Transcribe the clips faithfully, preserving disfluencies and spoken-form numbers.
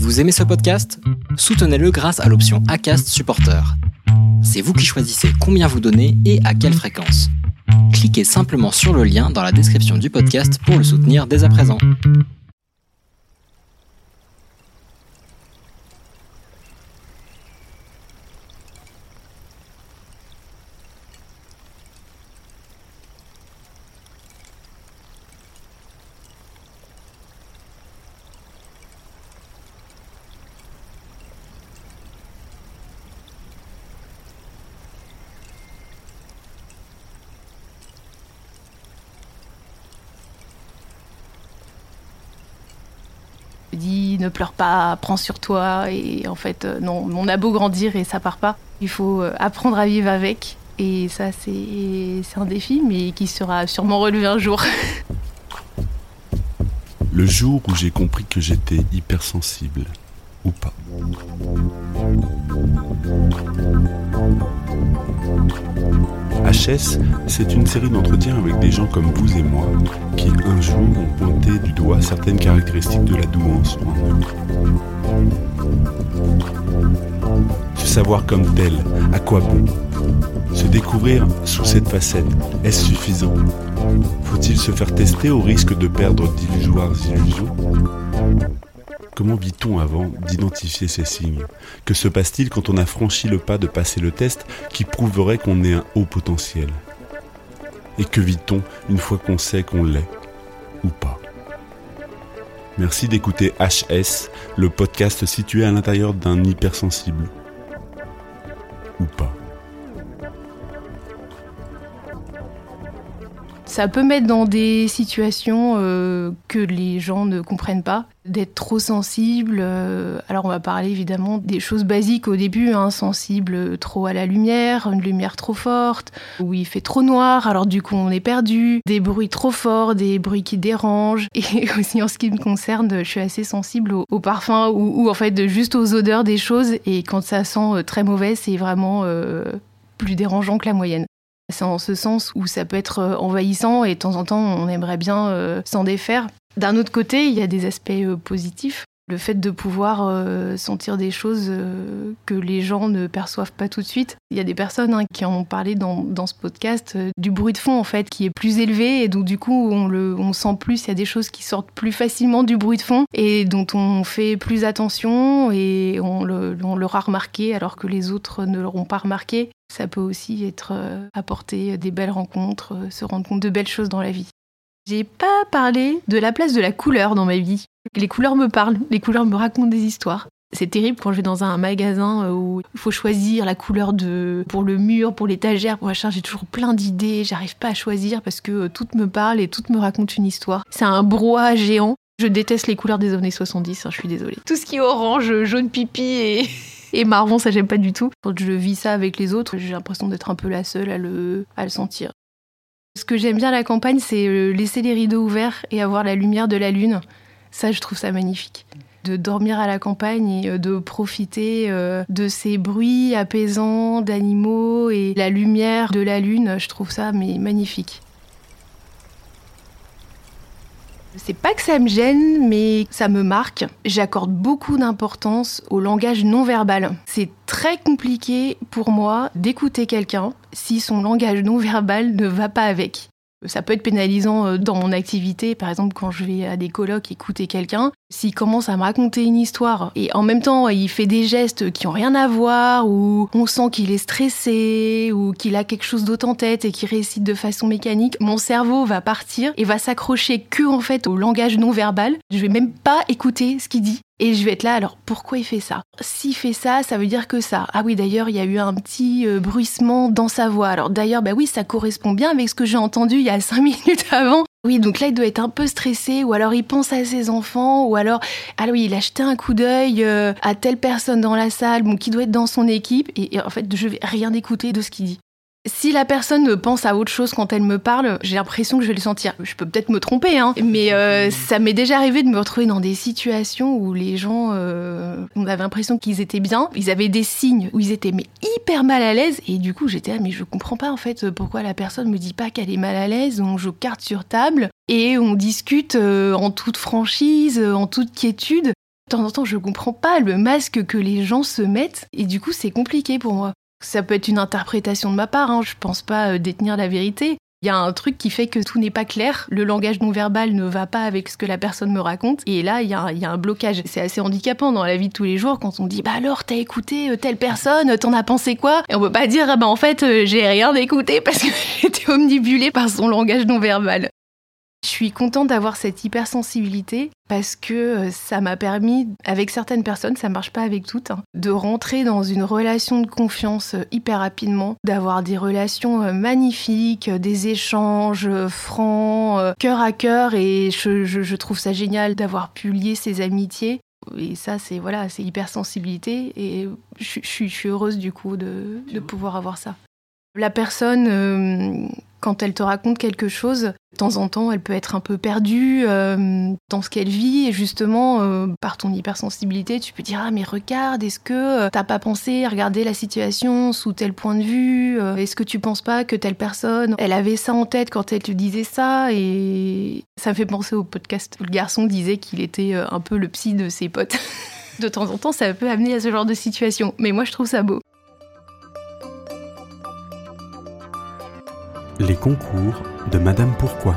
Vous aimez ce podcast ? Soutenez-le grâce à l'option Acast Supporter. C'est vous qui choisissez combien vous donnez et à quelle fréquence. Cliquez simplement sur le lien dans la description du podcast pour le soutenir dès à présent. Dit ne pleure pas, prends sur toi, et en fait euh, non, on a beau grandir et ça part pas. Il faut euh, apprendre à vivre avec, et ça c'est, c'est un défi mais qui sera sûrement relevé un jour. Le jour où j'ai compris que j'étais hypersensible, ou pas. H S, c'est une série d'entretiens avec des gens comme vous et moi, qui un jour ont pointé du doigt certaines caractéristiques de la douance en eux. Se savoir comme tel, à quoi bon ? Se découvrir sous cette facette, est-ce suffisant ? Faut-il se faire tester au risque de perdre d'illusoires illusions ? Comment vit-on avant d'identifier ces signes ? Que se passe-t-il quand on a franchi le pas de passer le test qui prouverait qu'on est un haut potentiel ? Et que vit-on une fois qu'on sait qu'on l'est ou pas ? Merci d'écouter H S, le podcast situé à l'intérieur d'un hypersensible ou pas. Ça peut mettre dans des situations euh, que les gens ne comprennent pas, d'être trop sensible. Euh, alors on va parler évidemment des choses basiques au début, hein, sensible trop à la lumière, une lumière trop forte, où il fait trop noir, alors du coup on est perdu, des bruits trop forts, des bruits qui dérangent. Et aussi en ce qui me concerne, je suis assez sensible au, au parfum ou, ou en fait juste aux odeurs des choses, et quand ça sent très mauvais, c'est vraiment euh, plus dérangeant que la moyenne. C'est en ce sens où ça peut être envahissant et de temps en temps, on aimerait bien euh, s'en défaire. D'un autre côté, il y a des aspects euh, positifs. Le fait de pouvoir euh, sentir des choses euh, que les gens ne perçoivent pas tout de suite. Il y a des personnes hein, qui en ont parlé dans, dans ce podcast, euh, du bruit de fond en fait, qui est plus élevé et donc du coup, on le on sent plus. Il y a des choses qui sortent plus facilement du bruit de fond et dont on fait plus attention et on, le, on l'aura remarqué alors que les autres ne l'auront pas remarqué. Ça peut aussi être euh, apporter des belles rencontres, euh, se rendre compte de belles choses dans la vie. J'ai pas parlé de la place de la couleur dans ma vie. Les couleurs me parlent, les couleurs me racontent des histoires. C'est terrible quand je vais dans un magasin où il faut choisir la couleur de pour le mur, pour l'étagère, pour machin. J'ai toujours plein d'idées, j'arrive pas à choisir parce que toutes me parlent et toutes me racontent une histoire. C'est un brouhaha géant. Je déteste les couleurs des années soixante-dix, hein, je suis désolée. Tout ce qui est orange, jaune pipi et... et marron, ça j'aime pas du tout. Quand je vis ça avec les autres, j'ai l'impression d'être un peu la seule à le, à le sentir. Ce que j'aime bien à la campagne, c'est laisser les rideaux ouverts et avoir la lumière de la lune. Ça, je trouve ça magnifique. De dormir à la campagne et de profiter de ces bruits apaisants d'animaux et la lumière de la lune, je trouve ça mais magnifique. C'est pas que ça me gêne, mais ça me marque. J'accorde beaucoup d'importance au langage non verbal. C'est très compliqué pour moi d'écouter quelqu'un si son langage non verbal ne va pas avec. Ça peut être pénalisant dans mon activité, par exemple quand je vais à des colloques écouter quelqu'un, s'il commence à me raconter une histoire et en même temps il fait des gestes qui ont rien à voir ou on sent qu'il est stressé ou qu'il a quelque chose d'autre en tête et qu'il récite de façon mécanique, mon cerveau va partir et va s'accrocher que en fait au langage non verbal. Je vais même pas écouter ce qu'il dit. Et je vais être là, alors pourquoi il fait ça ? S'il fait ça, ça veut dire que ça. Ah oui, d'ailleurs, il y a eu un petit euh, bruissement dans sa voix. Alors d'ailleurs, bah oui, ça correspond bien avec ce que j'ai entendu il y a cinq minutes avant. Oui, donc là, il doit être un peu stressé, ou alors il pense à ses enfants, ou alors, ah oui, il a jeté un coup d'œil euh, à telle personne dans la salle, bon, qui doit être dans son équipe, et, et en fait, je vais rien écouter de ce qu'il dit. Si la personne pense à autre chose quand elle me parle, j'ai l'impression que je vais le sentir. Je peux peut-être me tromper, hein, mais euh, ça m'est déjà arrivé de me retrouver dans des situations où les gens, euh, on avait l'impression qu'ils étaient bien, ils avaient des signes où ils étaient mais hyper mal à l'aise, et du coup j'étais là, mais je comprends pas en fait pourquoi la personne me dit pas qu'elle est mal à l'aise. On joue carte sur table et on discute euh, en toute franchise, en toute quiétude. temps en temps, je comprends pas le masque que les gens se mettent et du coup, c'est compliqué pour moi. Ça peut être une interprétation de ma part, hein. Je pense pas détenir la vérité. Il y a un truc qui fait que tout n'est pas clair. Le langage non-verbal ne va pas avec ce que la personne me raconte. Et là, il y a, il y a un blocage. C'est assez handicapant dans la vie de tous les jours quand on dit « Bah alors, t'as écouté telle personne, t'en as pensé quoi ?» Et on peut pas dire « Ah bah en fait, j'ai rien écouté parce que j'étais omnibulée par son langage non-verbal. » Je suis contente d'avoir cette hypersensibilité parce que ça m'a permis, avec certaines personnes, ça marche pas avec toutes, hein, de rentrer dans une relation de confiance hyper rapidement, d'avoir des relations magnifiques, des échanges francs, cœur à cœur, et je, je, je trouve ça génial d'avoir pu lier ces amitiés. Et ça, c'est voilà, c'est hypersensibilité, et je, je, je suis heureuse du coup de, de pouvoir avoir ça. La personne, euh, quand elle te raconte quelque chose, de temps en temps, elle peut être un peu perdue euh, dans ce qu'elle vit. Et justement, euh, par ton hypersensibilité, tu peux dire « Ah, mais regarde, est-ce que t'as pas pensé à regarder la situation sous tel point de vue ? Est-ce que tu penses pas que telle personne, elle avait ça en tête quand elle te disait ça ?» Et ça me fait penser au podcast où le garçon disait qu'il était un peu le psy de ses potes. De temps en temps, ça peut amener à ce genre de situation. Mais moi, je trouve ça beau. Les concours de Madame Pourquoi.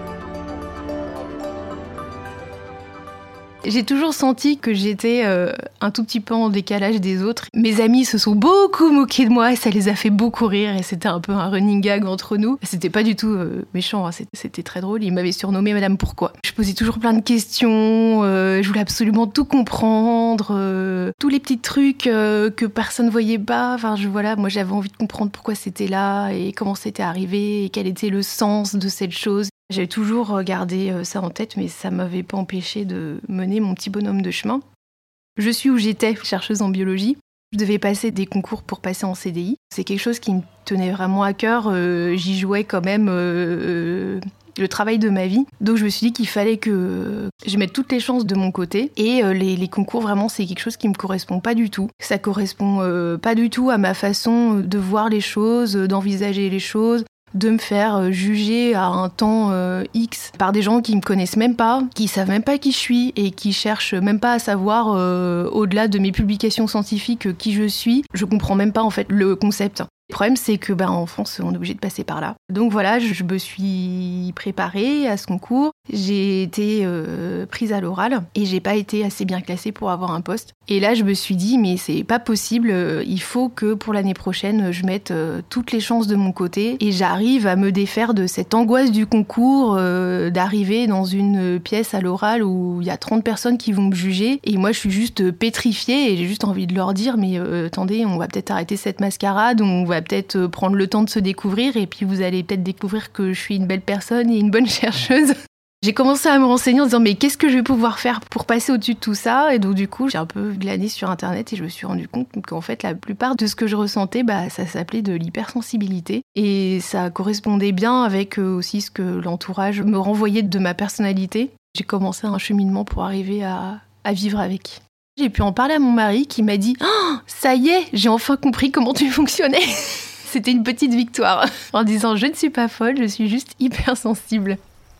J'ai toujours senti que j'étais euh, un tout petit peu en décalage des autres. Mes amis se sont beaucoup moqués de moi et ça les a fait beaucoup rire et c'était un peu un running gag entre nous. C'était pas du tout euh, méchant, hein. C'était très drôle. Ils m'avaient surnommée Madame Pourquoi. Je posais toujours plein de questions, euh, je voulais absolument tout comprendre, euh, tous les petits trucs euh, que personne voyait pas. Enfin, je, voilà, moi j'avais envie de comprendre pourquoi c'était là et comment c'était arrivé et quel était le sens de cette chose. J'avais toujours gardé ça en tête, mais ça m'avait pas empêché de mener mon petit bonhomme de chemin. Je suis où j'étais, chercheuse en biologie. Je devais passer des concours pour passer en C D I. C'est quelque chose qui me tenait vraiment à cœur. Euh, j'y jouais quand même euh, le travail de ma vie. Donc je me suis dit qu'il fallait que je mette toutes les chances de mon côté. Et euh, les, les concours, vraiment, c'est quelque chose qui me correspond pas du tout. Ça correspond euh, pas du tout à ma façon de voir les choses, d'envisager les choses, de me faire juger à un temps euh, X par des gens qui me connaissent même pas, qui savent même pas qui je suis et qui cherchent même pas à savoir euh, au-delà de mes publications scientifiques qui je suis. Je comprends même pas en fait le concept. Le problème, c'est que ben, en France, on est obligé de passer par là. Donc voilà, je me suis préparée à ce concours. J'ai été euh, prise à l'oral et j'ai pas été assez bien classée pour avoir un poste. Et là, je me suis dit, mais c'est pas possible. Il faut que pour l'année prochaine, je mette euh, toutes les chances de mon côté et j'arrive à me défaire de cette angoisse du concours, euh, d'arriver dans une pièce à l'oral où il y a trente personnes qui vont me juger. Et moi, je suis juste pétrifiée et j'ai juste envie de leur dire, mais euh, attendez, on va peut-être arrêter cette mascarade, on va peut-être prendre le temps de se découvrir et puis vous allez peut-être découvrir que je suis une belle personne et une bonne chercheuse. J'ai commencé à me renseigner en disant mais qu'est-ce que je vais pouvoir faire pour passer au-dessus de tout ça ? Et donc du coup, j'ai un peu glané sur internet et je me suis rendu compte qu'en fait la plupart de ce que je ressentais, bah, ça s'appelait de l'hypersensibilité. Et ça correspondait bien avec aussi ce que l'entourage me renvoyait de ma personnalité. J'ai commencé un cheminement pour arriver à, à vivre avec. J'ai pu en parler à mon mari qui m'a dit oh, « Ça y est, j'ai enfin compris comment tu fonctionnais !» C'était une petite victoire. En disant « Je ne suis pas folle, je suis juste hypersensible. »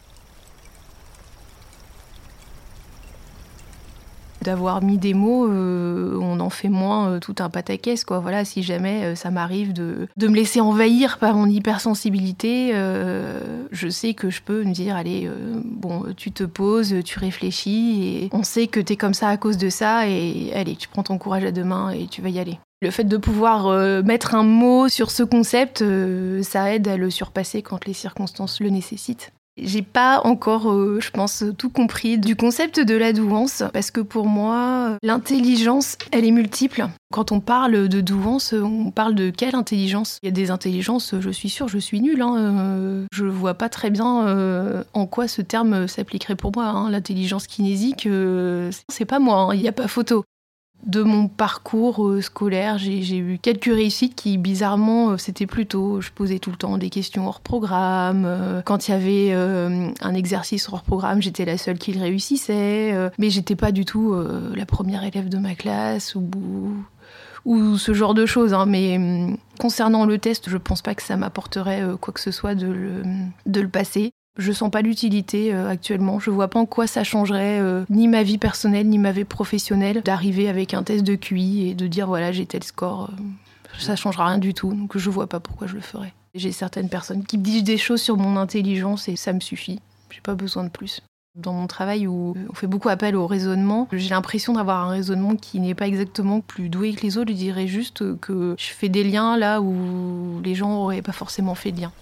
D'avoir mis des mots, euh, on en fait moins euh, tout un pataquès, quoi. Voilà, si jamais euh, ça m'arrive de, de me laisser envahir par mon hypersensibilité, euh, je sais que je peux me dire, allez, euh, bon, tu te poses, tu réfléchis, et on sait que t'es comme ça à cause de ça, et allez, tu prends ton courage à deux mains et tu vas y aller. Le fait de pouvoir euh, mettre un mot sur ce concept, euh, ça aide à le surpasser quand les circonstances le nécessitent. J'ai pas encore, euh, je pense, tout compris du concept de la douance, parce que pour moi, l'intelligence, elle est multiple. Quand on parle de douance, on parle de quelle intelligence ? Il y a des intelligences, je suis sûre, je suis nulle. Hein, euh, je vois pas très bien euh, en quoi ce terme s'appliquerait pour moi. Hein. L'intelligence kinésique, euh, c'est pas moi, il hein, n'y a pas photo. De mon parcours euh, scolaire, j'ai, j'ai eu quelques réussites qui, bizarrement, euh, c'était plutôt... Je posais tout le temps des questions hors programme. Euh, quand il y avait euh, un exercice hors programme, j'étais la seule qui le réussissait. Euh, mais j'étais pas du tout euh, la première élève de ma classe ou, ou ce genre de choses. Hein. Mais euh, concernant le test, je pense pas que ça m'apporterait euh, quoi que ce soit de le, de le passer. Je sens pas l'utilité euh, actuellement. Je vois pas en quoi ça changerait euh, ni ma vie personnelle ni ma vie professionnelle d'arriver avec un test de Q I et de dire voilà j'ai tel score. Euh, ça changera rien du tout. Donc je vois pas pourquoi je le ferais. J'ai certaines personnes qui me disent des choses sur mon intelligence et ça me suffit. J'ai pas besoin de plus. Dans mon travail où on fait beaucoup appel au raisonnement, j'ai l'impression d'avoir un raisonnement qui n'est pas exactement plus doué que les autres. Je dirais juste que je fais des liens là où les gens n'auraient pas forcément fait de liens.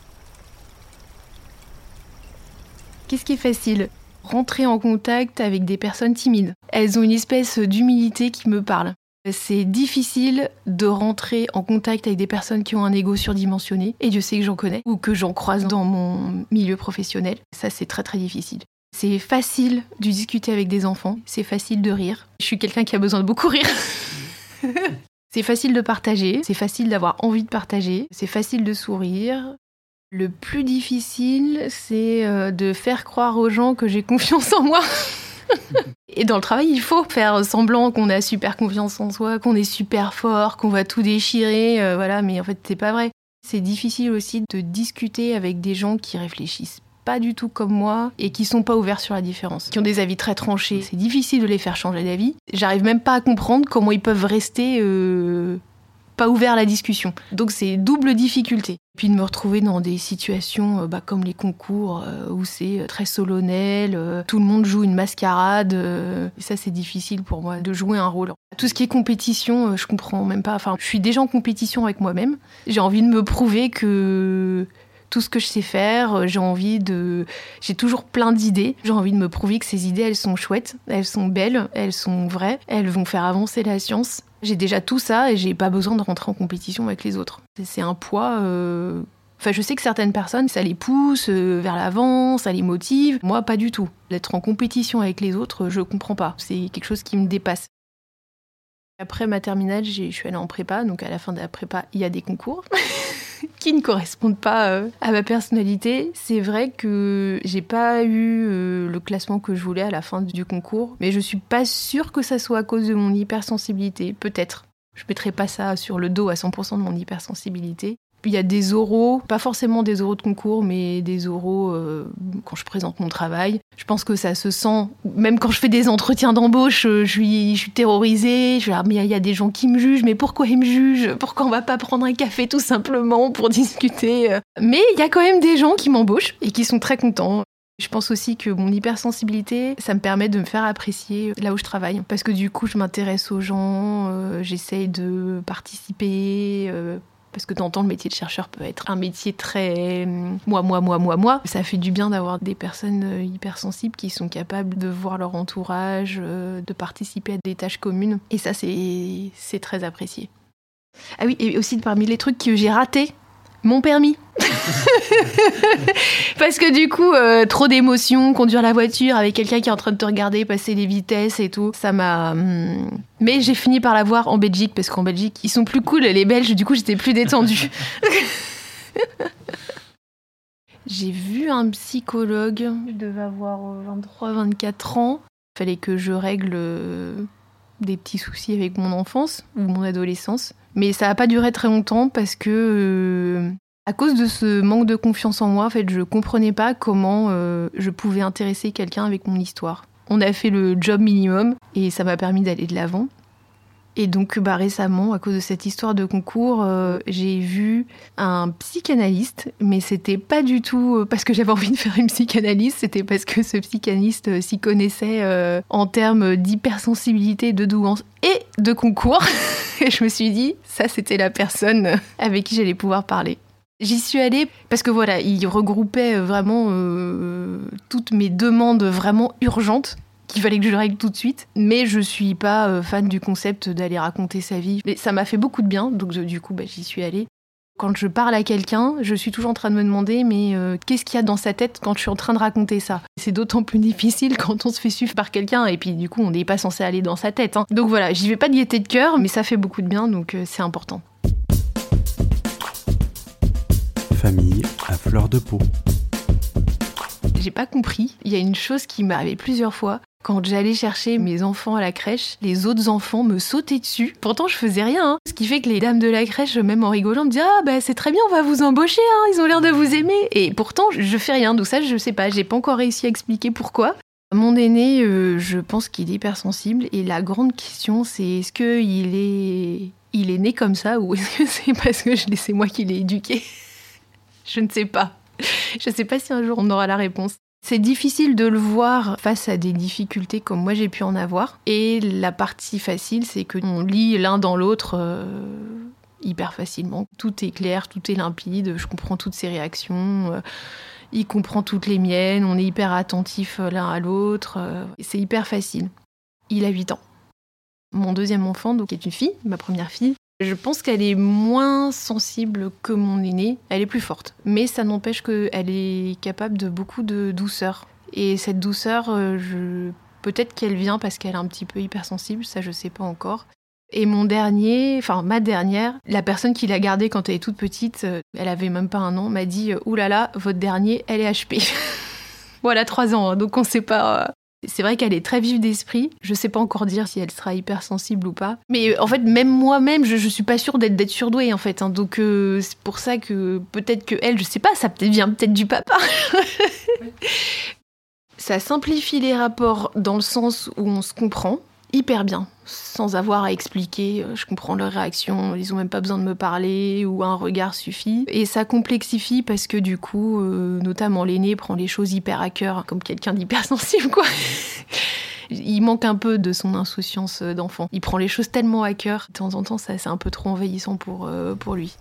Qu'est-ce qui est facile ? Rentrer en contact avec des personnes timides. Elles ont une espèce d'humilité qui me parle. C'est difficile de rentrer en contact avec des personnes qui ont un ego surdimensionné, et Dieu sait que j'en connais, ou que j'en croise dans mon milieu professionnel. Ça, c'est très très difficile. C'est facile de discuter avec des enfants, c'est facile de rire. Je suis quelqu'un qui a besoin de beaucoup rire. C'est facile de partager, c'est facile d'avoir envie de partager, c'est facile de sourire. Le plus difficile, c'est de faire croire aux gens que j'ai confiance en moi. Et dans le travail, il faut faire semblant qu'on a super confiance en soi, qu'on est super fort, qu'on va tout déchirer, euh, voilà, mais en fait, c'est pas vrai. C'est difficile aussi de discuter avec des gens qui réfléchissent pas du tout comme moi et qui sont pas ouverts sur la différence, qui ont des avis très tranchés. C'est difficile de les faire changer d'avis. J'arrive même pas à comprendre comment ils peuvent rester euh, pas ouverts à la discussion. Donc c'est double difficulté. Puis de me retrouver dans des situations euh, bah, comme les concours euh, où c'est très solennel, euh, tout le monde joue une mascarade. Euh, et ça, c'est difficile pour moi de jouer un rôle. Tout ce qui est compétition, euh, je comprends même pas. Enfin, je suis déjà en compétition avec moi-même. J'ai envie de me prouver que tout ce que je sais faire, j'ai envie de... J'ai toujours plein d'idées. J'ai envie de me prouver que ces idées, elles sont chouettes, elles sont belles, elles sont vraies, elles vont faire avancer la science. J'ai déjà tout ça et j'ai pas besoin de rentrer en compétition avec les autres. C'est un poids... Euh... Enfin, je sais que certaines personnes, ça les pousse vers l'avant, ça les motive. Moi, pas du tout. D'être en compétition avec les autres, je comprends pas. C'est quelque chose qui me dépasse. Après ma terminale, je suis allée en prépa. Donc à la fin de la prépa, il y a des concours qui ne correspondent pas euh, à ma personnalité. C'est vrai que j'ai pas eu euh, le classement que je voulais à la fin du concours, mais je suis pas sûre que ça soit à cause de mon hypersensibilité. Peut-être. Je mettrai pas ça sur le dos à cent pour cent de mon hypersensibilité. Puis il y a des oraux, pas forcément des oraux de concours, mais des oraux euh, quand je présente mon travail. Je pense que ça se sent, même quand je fais des entretiens d'embauche, je suis, je suis terrorisée. Je dis, ah, mais il y a des gens qui me jugent, mais pourquoi ils me jugent ? Pourquoi on va pas prendre un café tout simplement pour discuter ? Mais il y a quand même des gens qui m'embauchent et qui sont très contents. Je pense aussi que mon hypersensibilité, ça me permet de me faire apprécier là où je travaille. Parce que du coup, je m'intéresse aux gens, euh, j'essaye de participer... Euh, Parce que de temps en temps, le métier de chercheur peut être un métier très moi, moi, moi, moi, moi. Ça fait du bien d'avoir des personnes hypersensibles qui sont capables de voir leur entourage, de participer à des tâches communes. Et ça, c'est, c'est très apprécié. Ah oui, et aussi parmi les trucs que j'ai ratés, mon permis. Parce que du coup, euh, trop d'émotions, conduire la voiture avec quelqu'un qui est en train de te regarder passer les vitesses et tout, ça m'a... Hum... Mais j'ai fini par l'avoir en Belgique, parce qu'en Belgique, ils sont plus cool, les Belges, du coup, j'étais plus détendue. J'ai vu un psychologue, je devais avoir vingt-trois vingt-quatre ans. Il fallait que je règle des petits soucis avec mon enfance ou mon adolescence. Mais ça n'a pas duré très longtemps parce que, euh, à cause de ce manque de confiance en moi, en fait, je ne comprenais pas comment euh, je pouvais intéresser quelqu'un avec mon histoire. On a fait le job minimum et ça m'a permis d'aller de l'avant. Et donc bah, récemment, à cause de cette histoire de concours, euh, j'ai vu un psychanalyste, mais c'était pas du tout parce que j'avais envie de faire une psychanalyse, c'était parce que ce psychanalyste euh, s'y connaissait euh, en termes d'hypersensibilité, de douance et de concours. Et je me suis dit, ça c'était la personne avec qui j'allais pouvoir parler. J'y suis allée parce que voilà, il regroupait vraiment euh, toutes mes demandes vraiment urgentes qu'il fallait que je règle tout de suite. Mais je suis pas euh, fan du concept d'aller raconter sa vie. Mais ça m'a fait beaucoup de bien, donc du coup, bah, j'y suis allée. Quand je parle à quelqu'un, je suis toujours en train de me demander mais euh, qu'est-ce qu'il y a dans sa tête quand je suis en train de raconter ça ? C'est d'autant plus difficile quand on se fait suivre par quelqu'un et puis du coup, on n'est pas censé aller dans sa tête. Hein. Donc voilà, j'y vais pas de gaieté de cœur, mais ça fait beaucoup de bien, donc euh, c'est important. Famille à fleur de peau. J'ai pas compris. Il y a une chose qui m'est arrivée plusieurs fois. Quand j'allais chercher mes enfants à la crèche, les autres enfants me sautaient dessus. Pourtant, je faisais rien. Hein. Ce qui fait que les dames de la crèche, même en rigolant, me disaient « Ah, bah c'est très bien, on va vous embaucher, hein, ils ont l'air de vous aimer. » Et pourtant, je fais rien. Donc ça, je sais pas, j'ai pas encore réussi à expliquer pourquoi. Mon aîné, euh, je pense qu'il est hypersensible. Et la grande question, c'est est-ce qu'il est... il est né comme ça ou est-ce que c'est parce que c'est moi qui l'ai éduqué ? Je ne sais pas. Je ne sais pas si un jour on aura la réponse. C'est difficile de le voir face à des difficultés comme moi j'ai pu en avoir. Et la partie facile, c'est qu'on lit l'un dans l'autre euh, hyper facilement. Tout est clair, tout est limpide, je comprends toutes ses réactions, euh, il comprend toutes les miennes, on est hyper attentifs l'un à l'autre. Euh, c'est hyper facile. Il a huit ans. Mon deuxième enfant, donc, qui est une fille, ma première fille, je pense qu'elle est moins sensible que mon aînée. Elle est plus forte. Mais ça n'empêche qu'elle est capable de beaucoup de douceur. Et cette douceur, je... peut-être qu'elle vient parce qu'elle est un petit peu hypersensible, ça je sais pas encore. Et mon dernier, enfin ma dernière, la personne qui l'a gardée quand elle est toute petite, elle avait même pas un an, m'a dit « Ouh là là, votre dernier, elle est H P ». Voilà, trois ans, hein, donc on sait pas... C'est vrai qu'elle est très vive d'esprit. Je sais pas encore dire si elle sera hypersensible ou pas. Mais en fait, même moi-même, je, je suis pas sûre d'être, d'être surdouée, en fait. Hein. Donc, euh, c'est pour ça que peut-être que elle, je sais pas, ça peut-être vient peut-être du papa. Ça simplifie les rapports dans le sens où on se comprend hyper bien, sans avoir à expliquer. Je comprends leurs réactions, ils ont même pas besoin de me parler ou un regard suffit. Et ça complexifie parce que du coup, euh, notamment l'aîné prend les choses hyper à cœur, comme quelqu'un d'hypersensible, quoi. Il manque un peu de son insouciance d'enfant. Il prend les choses tellement à cœur. De temps en temps, ça, c'est un peu trop envahissant pour, euh, pour lui.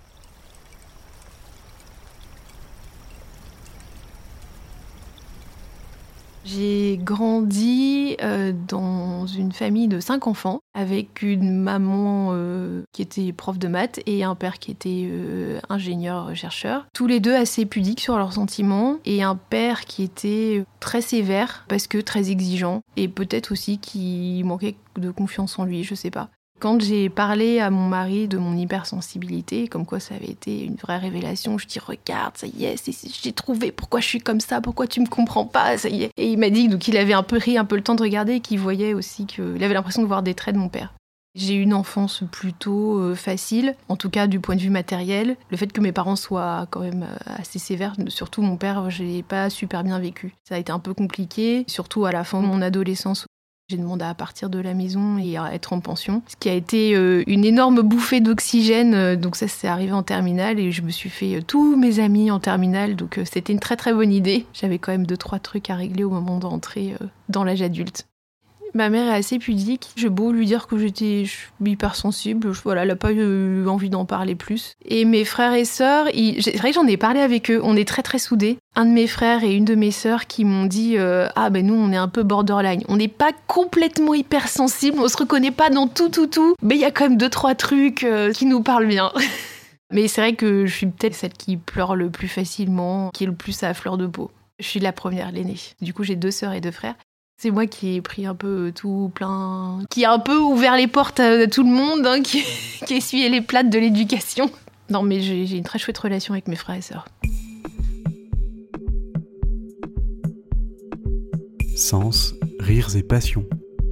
J'ai grandi euh, dans une famille de cinq enfants, avec une maman euh, qui était prof de maths et un père qui était euh, ingénieur-chercheur. Tous les deux assez pudiques sur leurs sentiments, et un père qui était très sévère, parce que très exigeant, et peut-être aussi qui manquait de confiance en lui, je sais pas. Quand j'ai parlé à mon mari de mon hypersensibilité, comme quoi ça avait été une vraie révélation, je dis « Regarde, ça y est, c'est, c'est, j'ai trouvé pourquoi je suis comme ça, pourquoi tu me comprends pas, ça y est ». Et il m'a dit donc, qu'il avait un peu ri, un peu le temps de regarder, et qu'il voyait aussi qu'il avait l'impression de voir des traits de mon père. J'ai eu une enfance plutôt euh, facile, en tout cas du point de vue matériel. Le fait que mes parents soient quand même euh, assez sévères, surtout mon père, je l'ai pas super bien vécu. Ça a été un peu compliqué, surtout à la fin de mon adolescence. J'ai demandé à partir de la maison et à être en pension, ce qui a été euh, une énorme bouffée d'oxygène. Donc ça, c'est arrivé en terminale et je me suis fait euh, tous mes amis en terminale. Donc euh, c'était une très très bonne idée. J'avais quand même deux trois trucs à régler au moment d'entrer euh, dans l'âge adulte. Ma mère est assez pudique. J'ai beau lui dire que j'étais hypersensible, je, voilà, elle n'a pas eu envie d'en parler plus. Et mes frères et sœurs, ils, c'est vrai que j'en ai parlé avec eux, on est très très soudés. Un de mes frères et une de mes sœurs qui m'ont dit euh, « Ah ben nous on est un peu borderline, on n'est pas complètement hypersensible, on se reconnaît pas dans tout tout tout, mais il y a quand même deux trois trucs euh, qui nous parlent bien. » Mais c'est vrai que je suis peut-être celle qui pleure le plus facilement, qui est le plus à fleur de peau. Je suis la première, l'aînée. Du coup j'ai deux sœurs et deux frères. C'est moi qui ai pris un peu tout plein... qui a un peu ouvert les portes à tout le monde, hein, qui, qui essuyait les plates de l'éducation. Non, mais j'ai, j'ai une très chouette relation avec mes frères et sœurs. Sens, rires et passions.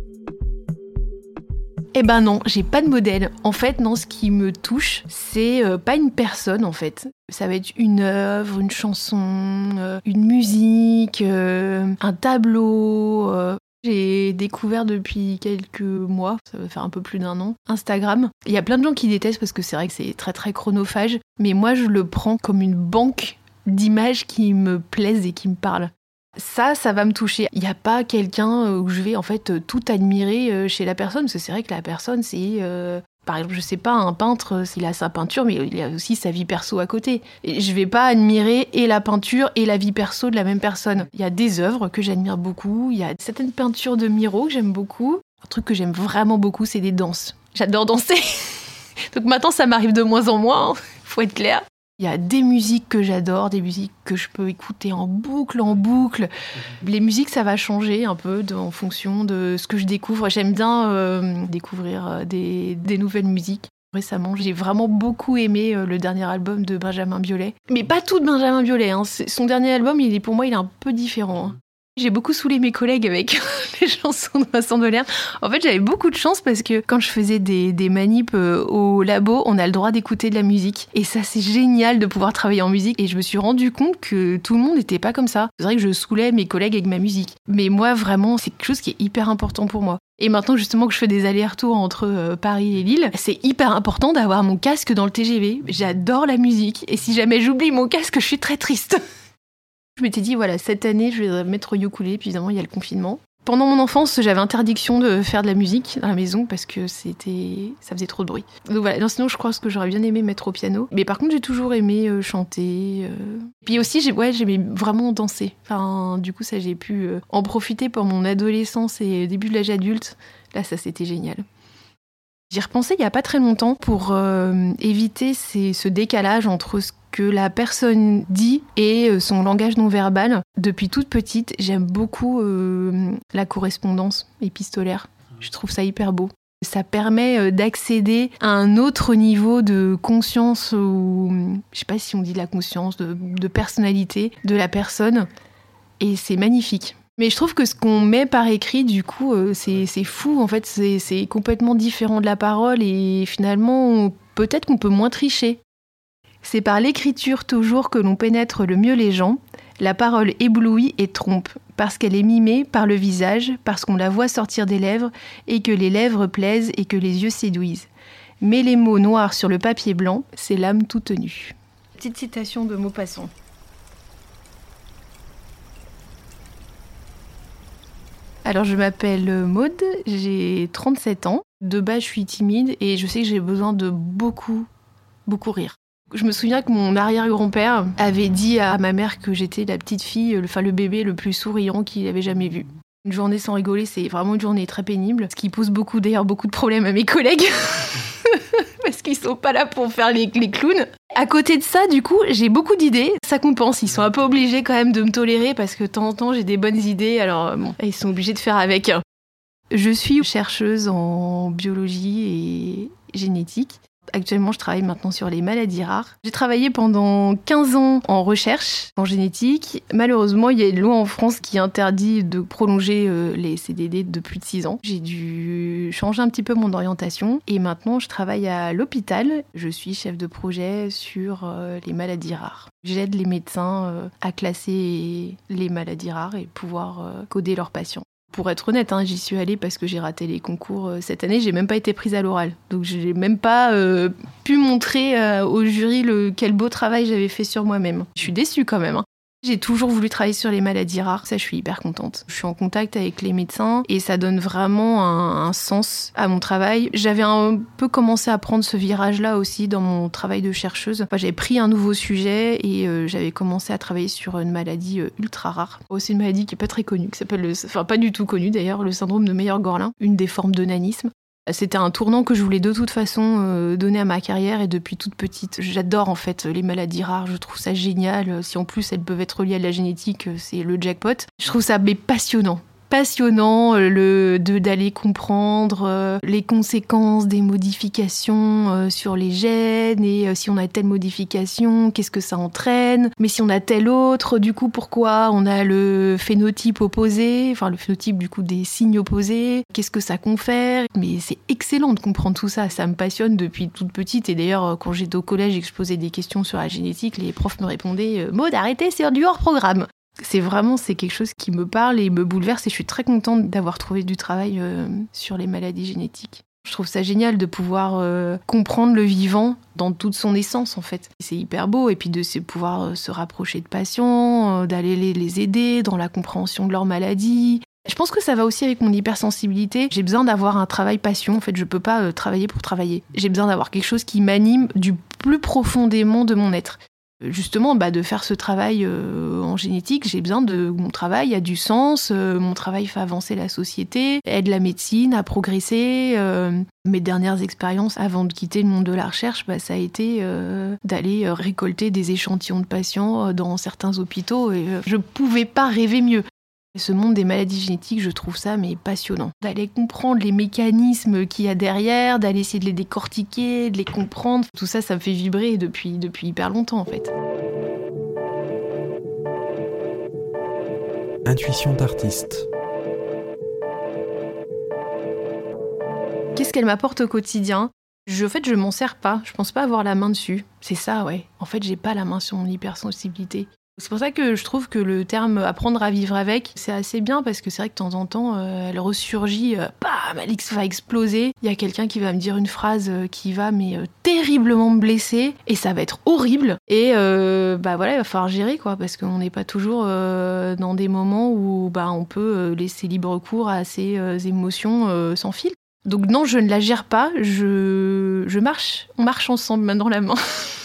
Eh ben non, j'ai pas de modèle. En fait, non, ce qui me touche, c'est euh, pas une personne, en fait. Ça va être une œuvre, une chanson, euh, une musique, euh, un tableau. Euh. J'ai découvert depuis quelques mois, ça va faire un peu plus d'un an, Instagram. Il y a plein de gens qui détestent parce que c'est vrai que c'est très très chronophage, mais moi je le prends comme une banque d'images qui me plaisent et qui me parlent. Ça, ça va me toucher. Il n'y a pas quelqu'un où je vais en fait tout admirer chez la personne, parce que c'est vrai que la personne, c'est... Euh, par exemple, je sais pas, un peintre, il a sa peinture, mais il a aussi sa vie perso à côté. Et je vais pas admirer et la peinture et la vie perso de la même personne. Il y a des œuvres que j'admire beaucoup, il y a certaines peintures de Miro que j'aime beaucoup. Un truc que j'aime vraiment beaucoup, c'est des danses. J'adore danser. Donc maintenant, ça m'arrive de moins en moins, faut être clair. Il y a des musiques que j'adore, des musiques que je peux écouter en boucle, en boucle. Les musiques, ça va changer un peu de, en fonction de ce que je découvre. J'aime bien euh, découvrir des, des nouvelles musiques. Récemment, j'ai vraiment beaucoup aimé euh, le dernier album de Benjamin Biolay. Mais pas tout de Benjamin Biolay. Hein. Son dernier album, il est, pour moi, il est un peu différent. Hein. J'ai beaucoup saoulé mes collègues avec les chansons de Vincent Delerme. En fait, j'avais beaucoup de chance parce que quand je faisais des, des manips au labo, on a le droit d'écouter de la musique. Et ça, c'est génial de pouvoir travailler en musique. Et je me suis rendu compte que tout le monde n'était pas comme ça. C'est vrai que je saoulais mes collègues avec ma musique. Mais moi, vraiment, c'est quelque chose qui est hyper important pour moi. Et maintenant, justement, que je fais des allers-retours entre euh, Paris et Lille, c'est hyper important d'avoir mon casque dans le T G V. J'adore la musique. Et si jamais j'oublie mon casque, je suis très triste. Je m'étais dit, voilà, cette année, je vais mettre au ukulélé, puis évidemment, il y a le confinement. Pendant mon enfance, j'avais interdiction de faire de la musique dans la maison parce que c'était, ça faisait trop de bruit. Donc voilà, non, sinon, je crois que j'aurais bien aimé mettre au piano. Mais par contre, j'ai toujours aimé euh, chanter. Euh... Puis aussi, j'ai, ouais, j'aimais vraiment danser. Enfin, du coup, ça, j'ai pu euh, en profiter pour mon adolescence et début de l'âge adulte. Là, ça, c'était génial. J'y repensais il n'y a pas très longtemps pour euh, éviter ces, ce décalage entre ce que la personne dit et son langage non verbal. Depuis toute petite, j'aime beaucoup euh, la correspondance épistolaire. Je trouve ça hyper beau. Ça permet d'accéder à un autre niveau de conscience ou, je sais pas si on dit de la conscience, de, de personnalité de la personne. Et c'est magnifique. Mais je trouve que ce qu'on met par écrit, du coup, euh, c'est, c'est fou. En fait, c'est, c'est complètement différent de la parole et finalement, on, peut-être qu'on peut moins tricher. C'est par l'écriture toujours que l'on pénètre le mieux les gens. La parole éblouit et trompe, parce qu'elle est mimée par le visage, parce qu'on la voit sortir des lèvres, et que les lèvres plaisent et que les yeux séduisent. Mais les mots noirs sur le papier blanc, c'est l'âme toute nue. Petite citation de Maupassant. Alors, je m'appelle Maude, j'ai trente-sept ans. De base, je suis timide et je sais que j'ai besoin de beaucoup, beaucoup rire. Je me souviens que mon arrière-grand-père avait dit à ma mère que j'étais la petite fille, le, enfin le bébé le plus souriant qu'il avait jamais vu. Une journée sans rigoler, c'est vraiment une journée très pénible, ce qui pose beaucoup, d'ailleurs, beaucoup de problèmes à mes collègues. Parce qu'ils sont pas là pour faire les, les clowns. À côté de ça, du coup, j'ai beaucoup d'idées. Ça compense. Ils sont un peu obligés quand même de me tolérer parce que de temps en temps, j'ai des bonnes idées. Alors, bon, ils sont obligés de faire avec. Je suis chercheuse en biologie et génétique. Actuellement, je travaille maintenant sur les maladies rares. J'ai travaillé pendant quinze ans en recherche, en génétique. Malheureusement, il y a une loi en France qui interdit de prolonger euh, les C D D de plus de six ans. J'ai dû changer un petit peu mon orientation et maintenant, je travaille à l'hôpital. Je suis chef de projet sur euh, les maladies rares. J'aide les médecins euh, à classer les maladies rares et pouvoir euh, coder leurs patients. Pour être honnête, hein, j'y suis allée parce que j'ai raté les concours cette année. J'ai même pas été prise à l'oral. Donc j'ai même pas euh, pu montrer euh, au jury le, quel beau travail j'avais fait sur moi-même. Je suis déçue quand même. Hein. J'ai toujours voulu travailler sur les maladies rares. Ça, je suis hyper contente. Je suis en contact avec les médecins et ça donne vraiment un, un sens à mon travail. J'avais un peu commencé à prendre ce virage-là aussi dans mon travail de chercheuse. Enfin, j'avais pris un nouveau sujet et euh, j'avais commencé à travailler sur une maladie euh, ultra rare. C'est une maladie qui est pas très connue, qui s'appelle, le, enfin pas du tout connue d'ailleurs, le syndrome de Meyer-Gorlin, une des formes de nanisme. C'était un tournant que je voulais de toute façon euh, donner à ma carrière et depuis toute petite. J'adore en fait les maladies rares, je trouve ça génial. Si en plus elles peuvent être liées à la génétique, c'est le jackpot. Je trouve ça mais passionnant. Passionnant le, de, d'aller comprendre euh, les conséquences des modifications euh, sur les gènes et euh, si on a telle modification, qu'est-ce que ça entraîne, mais si on a telle autre, du coup pourquoi on a le phénotype opposé, enfin le phénotype du coup des signes opposés, qu'est-ce que ça confère. Mais c'est excellent de comprendre tout ça, ça me passionne depuis toute petite et d'ailleurs quand j'étais au collège et que je posais des questions sur la génétique, les profs me répondaient « Maud, arrêtez, c'est du hors-programme ». C'est vraiment c'est quelque chose qui me parle et me bouleverse et je suis très contente d'avoir trouvé du travail euh, sur les maladies génétiques. Je trouve ça génial de pouvoir euh, comprendre le vivant dans toute son essence en fait. C'est hyper beau et puis de se, pouvoir euh, se rapprocher de patients, euh, d'aller les, les aider dans la compréhension de leur maladie. Je pense que ça va aussi avec mon hypersensibilité. J'ai besoin d'avoir un travail passion. En fait, je peux pas euh, travailler pour travailler. J'ai besoin d'avoir quelque chose qui m'anime du plus profondément de mon être. Justement, bah, de faire ce travail euh, en génétique, j'ai besoin de mon travail a du sens, euh, mon travail fait avancer la société, aide la médecine à progresser. Euh, mes dernières expériences avant de quitter le monde de la recherche, bah, ça a été euh, d'aller euh, récolter des échantillons de patients euh, dans certains hôpitaux et euh, je pouvais pas rêver mieux. Ce monde des maladies génétiques, je trouve ça mais passionnant. D'aller comprendre les mécanismes qu'il y a derrière, d'aller essayer de les décortiquer, de les comprendre. Tout ça, ça me fait vibrer depuis, depuis hyper longtemps en fait. Intuition d'artiste. Qu'est-ce qu'elle m'apporte au quotidien ? Je, en fait, je m'en sers pas. Je pense pas avoir la main dessus. C'est ça, ouais. En fait, j'ai pas la main sur mon hypersensibilité. C'est pour ça que je trouve que le terme « apprendre à vivre avec », c'est assez bien parce que c'est vrai que de temps en temps, euh, elle ressurgit, euh, bam, elle va exploser. Il y a quelqu'un qui va me dire une phrase euh, qui va mais euh, terriblement me blesser et ça va être horrible. Et euh, bah voilà, il va falloir gérer quoi, parce qu'on n'est pas toujours euh, dans des moments où bah on peut euh, laisser libre cours à ses euh, émotions euh, sans fil. Donc non, je ne la gère pas. Je je marche, on marche ensemble main dans la main.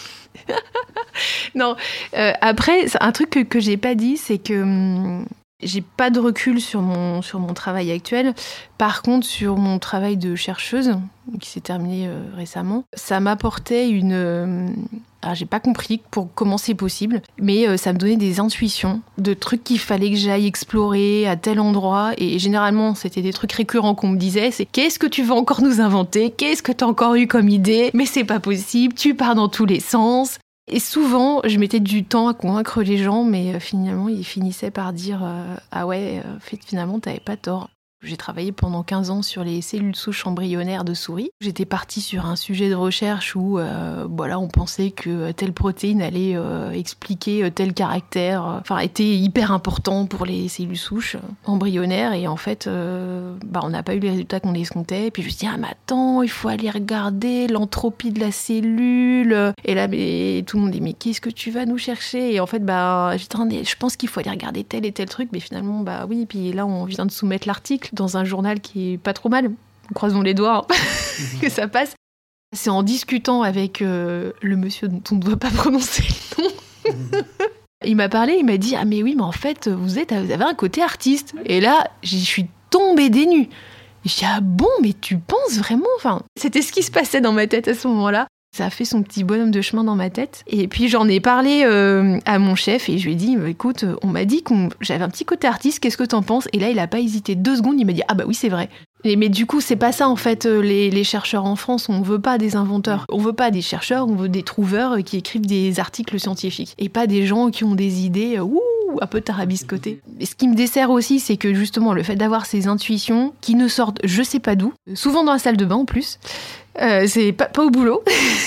Non, euh, après, un truc que, que j'ai pas dit, c'est que hum, j'ai pas de recul sur mon, sur mon travail actuel. Par contre, sur mon travail de chercheuse, qui s'est terminé euh, récemment, ça m'apportait une... Euh, alors, j'ai pas compris pour comment c'est possible, mais euh, ça me donnait des intuitions de trucs qu'il fallait que j'aille explorer à tel endroit. Et généralement, c'était des trucs récurrents qu'on me disait. C'est « Qu'est-ce que tu vas encore nous inventer ? Qu'est-ce que t'as encore eu comme idée ? Mais c'est pas possible, tu pars dans tous les sens !» Et souvent, je mettais du temps à convaincre les gens, mais finalement, ils finissaient par dire euh, « Ah ouais, euh, finalement, t'avais pas tort ». J'ai travaillé pendant quinze ans sur les cellules souches embryonnaires de souris. J'étais partie sur un sujet de recherche où euh, voilà, on pensait que telle protéine allait euh, expliquer tel caractère, euh, enfin était hyper important pour les cellules souches embryonnaires. Et en fait, euh, bah, on n'a pas eu les résultats qu'on escomptait. Et puis je me suis dit, ah mais attends, il faut aller regarder l'entropie de la cellule. Et là, mais, tout le monde dit, mais qu'est-ce que tu vas nous chercher ? Et en fait, bah, j'étais en train de, je pense qu'il faut aller regarder tel et tel truc. Mais finalement, bah oui, puis là, on vient de soumettre l'article dans un journal qui est pas trop mal. Croisons les doigts hein, que ça passe. C'est en discutant avec euh, le monsieur dont on ne doit pas prononcer le nom. Il m'a parlé, il m'a dit « Ah mais oui, mais en fait, vous, êtes, vous avez un côté artiste. » Et là, je suis tombée des nues. Et je dis « Ah bon, mais tu penses vraiment ?» Enfin, c'était ce qui se passait dans ma tête à ce moment-là. Ça a fait son petit bonhomme de chemin dans ma tête. Et puis j'en ai parlé euh, à mon chef et je lui ai dit, écoute, on m'a dit que j'avais un petit côté artiste, qu'est-ce que t'en penses ? Et là, il a pas hésité deux secondes, il m'a dit, ah bah oui, c'est vrai. Et, mais du coup, c'est pas ça en fait, les, les chercheurs en France, on veut pas des inventeurs. On veut pas des chercheurs, on veut des trouveurs qui écrivent des articles scientifiques. Et pas des gens qui ont des idées, ouh, un peu tarabiscotées. Et ce qui me dessert aussi, c'est que justement, le fait d'avoir ces intuitions qui ne sortent je sais pas d'où, souvent dans la salle de bain en plus, Euh, c'est pas, pas au boulot.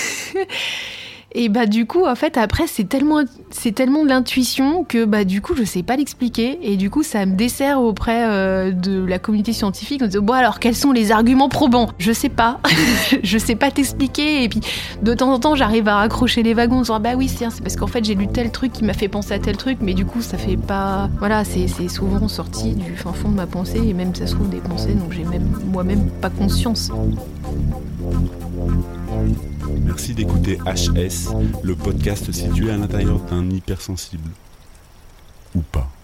Et bah du coup en fait après c'est tellement c'est tellement de l'intuition que bah du coup je sais pas l'expliquer et du coup ça me dessert auprès euh, de la communauté scientifique en disant bon alors quels sont les arguments probants ? Je sais pas. Je sais pas t'expliquer et puis de temps en temps j'arrive à raccrocher les wagons en disant bah oui c'est, c'est parce qu'en fait j'ai lu tel truc qui m'a fait penser à tel truc mais du coup ça fait pas voilà c'est, c'est souvent sorti du fin fond de ma pensée et même ça se trouve des pensées dont j'ai même moi-même pas conscience. Merci d'écouter H S, le podcast situé à l'intérieur d'un hypersensible. Ou pas.